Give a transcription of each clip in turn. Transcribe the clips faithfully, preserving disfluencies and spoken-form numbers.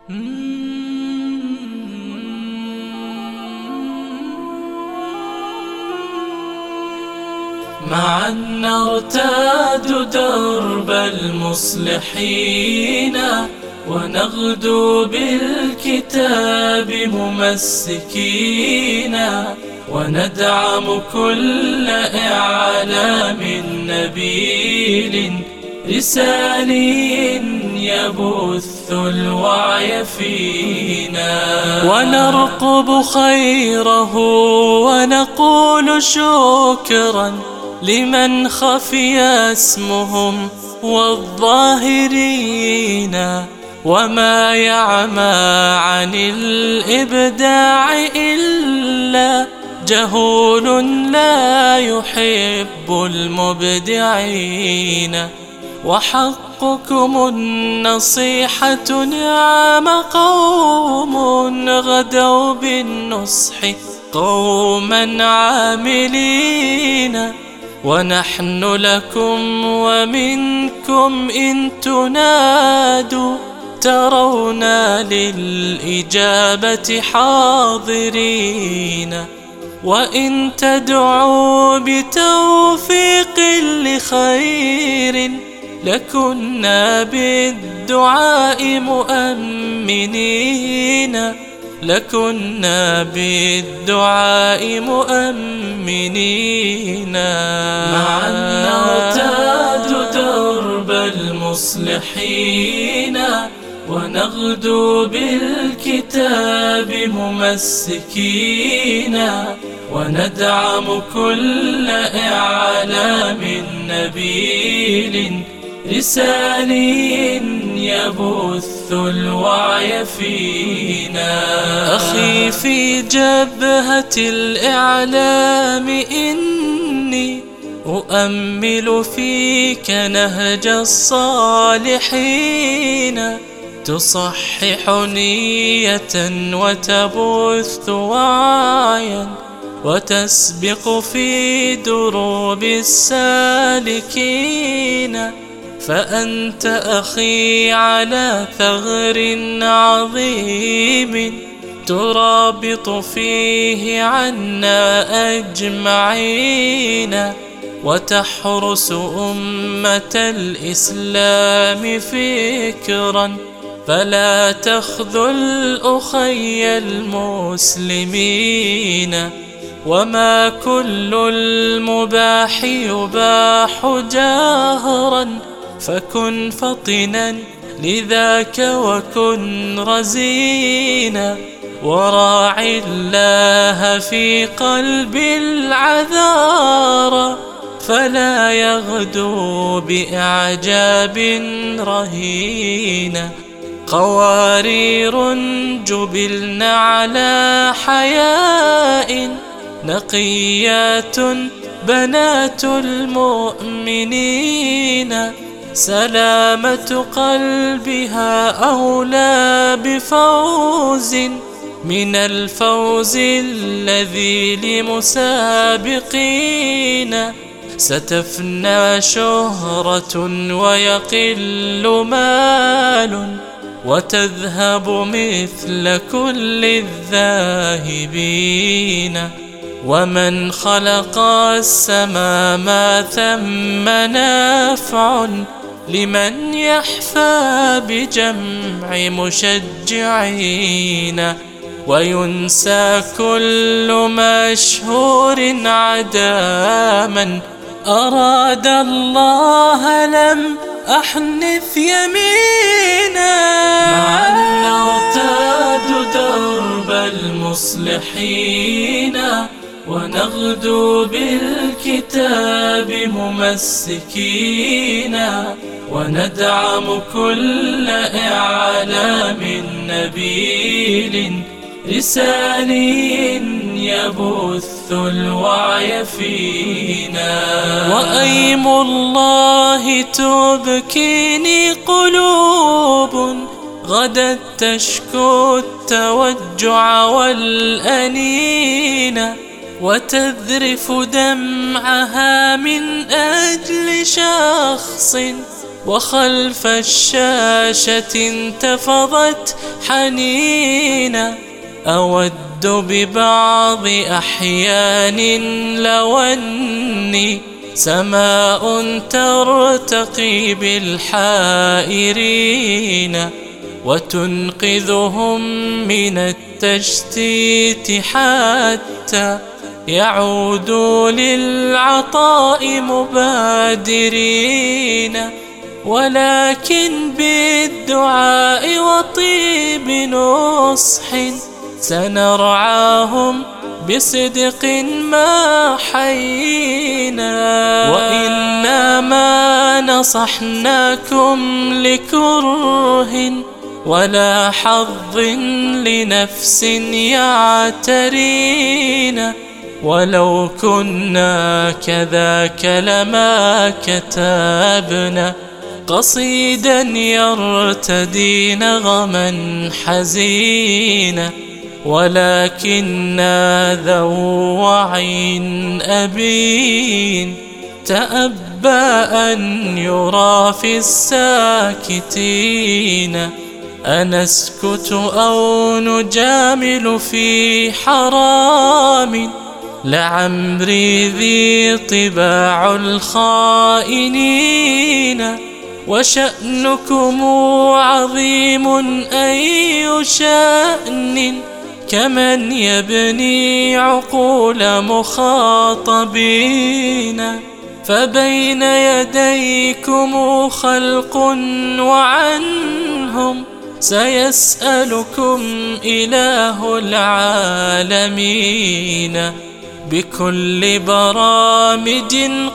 معا نرتاد درب المصلحين، ونغدو بالكتاب ممسكين، وندعم كل إعلام نبيل رسالي يبث الوعي فينا، ونرقب خيره ونقول شكرا لمن خفي اسمهم والظاهرين، وما يعمى عن الإبداع إلا جهول لا يحب المبدعين. وحقكم النصيحة نعم قوم غدوا بالنصح قوما عاملين، ونحن لكم ومنكم إن تنادوا ترونا للإجابة حاضرين، وإن تدعوا بتوفيق لخير لكنا بالدعاء مؤمنين، لكنا بالدعاء مؤمنين. معا نرتاد درب المصلحين، ونغدو بالكتاب ممسكين، وندعم كل إعلام نبيل رسالي يبث الوعي فينا. أخي في جبهة الإعلام إني أؤمل فيك نهج الصالحين، تصحح نية وتبث وعيا، وتسبق في دروب السالكين، فأنت أخي على ثغر عظيم ترابط فيه عنا أجمعين، وتحرس أمة الإسلام فكرا، فلا تخذل أخي المسلمين. وما كل المباح يباح جاهرا، فكن فطنا لذاك وكن رزينا، وراع الله في قلب العذارى، فلا يغدو بإعجاب رهينا. قوارير جبلنا على حياء، نقيات بنات المؤمنين، سلامة قلبها أولى بفوز من الفوز الذي لمسابقين. ستفنى شهرة ويقل مال، وتذهب مثل كل الذاهبين. ومن خلق السماء ما ثم نافع لمن يحفى بجمع مشجعين، وينسى كل مشهور عدا من أراد الله لم أحنث يمينا. معا نرتاد درب المصلحين، ونغدو بالكتاب ممسكين، وندعم كل إعلام نبيل رسالي يبث الوعي فينا. وأيم الله تبكيني قلوب غدت تشكو التوجع والأنين، وتذرف دمعها من أجل شخص وخلف الشاشة انتفضت حنينا. أود ببعض أحيان لو أني سماء ترتقي بالحائرين وتنقذهم من التشتيت حتى يعودوا للعطاء مبادرين. ولكن بالدعاء وطيب نصح سنرعاهم بصدق ما حيينا. وإنا ما نصحناكم لكره ولا حظ لنفس يعترينا. ولو كنا كذاك لما كتبنا قصيدا يرتدي نغما حزينا. ولكننا ذو وعي أبين تأبى أن يرى في الساكتين. أنسكت أو نجامل في حرام لعمري ذي طباع الخائنين. وشأنكم عظيم أي شأن كمن يبني عقول مخاطبين. فبين يديكم خلق وعنهم سيسألكم إله العالمين بكل برامج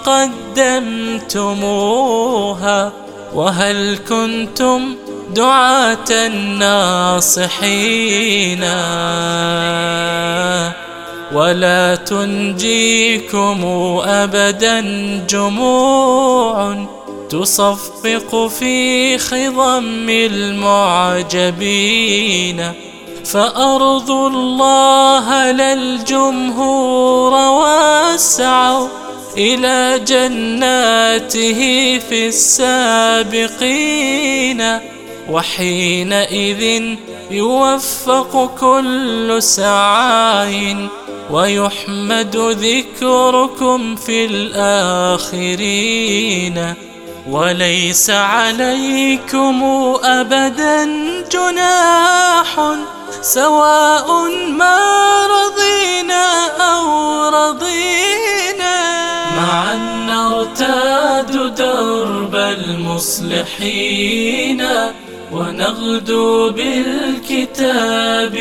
قدمتموها. وهل كنتم دعاة ناصحين؟ ولا تنجيكم أبدا جموع تصفق في خضم المعجبين. فأرض الله للجمهور واسعوا إلى جناته في السابقين. وحينئذ يوفق كل سعي ويحمد ذكركم في الآخرين. وليس عليكم أبدا جناح سواء ما رضينا أو رضينا. معا نرتاد درب المصلحين ونغدو بالكتاب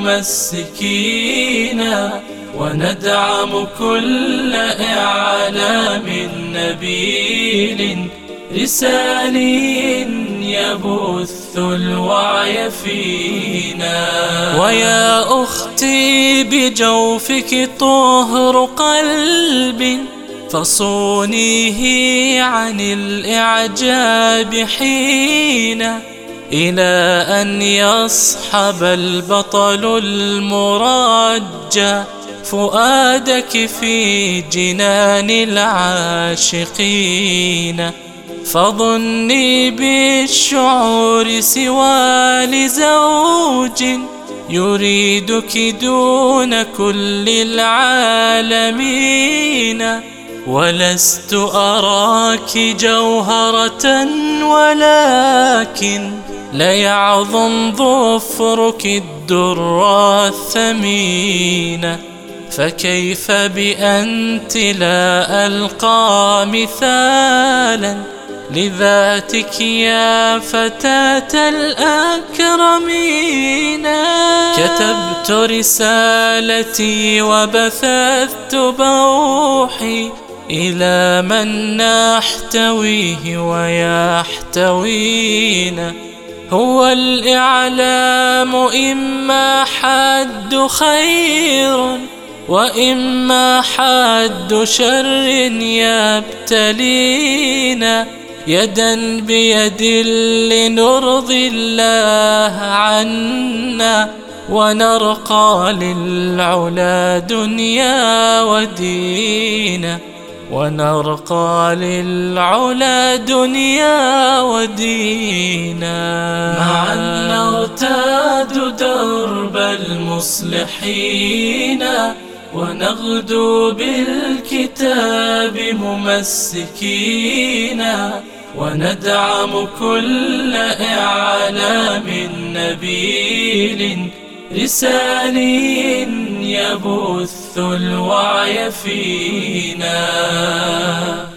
ممسكين. وندعم كل إعلام نبيل رسالي يبث الوعي فينا. ويا أختي بجوفك طهر قلب فصونيه عن الإعجاب حين إلى أن يصحب البطل المرجى فؤادك في جنان العاشقين. فظني بالشعور سوى لزوج يريدك دون كل العالمين. ولست أراك جوهرة ولكن ليعظم ظفرك الدر الثمين. فكيف بأنت لا ألقى مثالا لذاتك يا فتاة الأكرمين. كتبت رسالتي وبثثت بوحي إلى من نحتويه ويحتوينا. هو الإعلام إما حد خير وإما حد شر يبتلينا. يدا بيد لنرضي الله عنا ونرقى للعلا دنيا ودينا. ونرقى للعلا دنيا ودينا. معا نرتاد درب المصلحين ونغدو بالكتاب ممسكين، وندعم كل إعلام نبيل رسالي يبث الوعي فينا.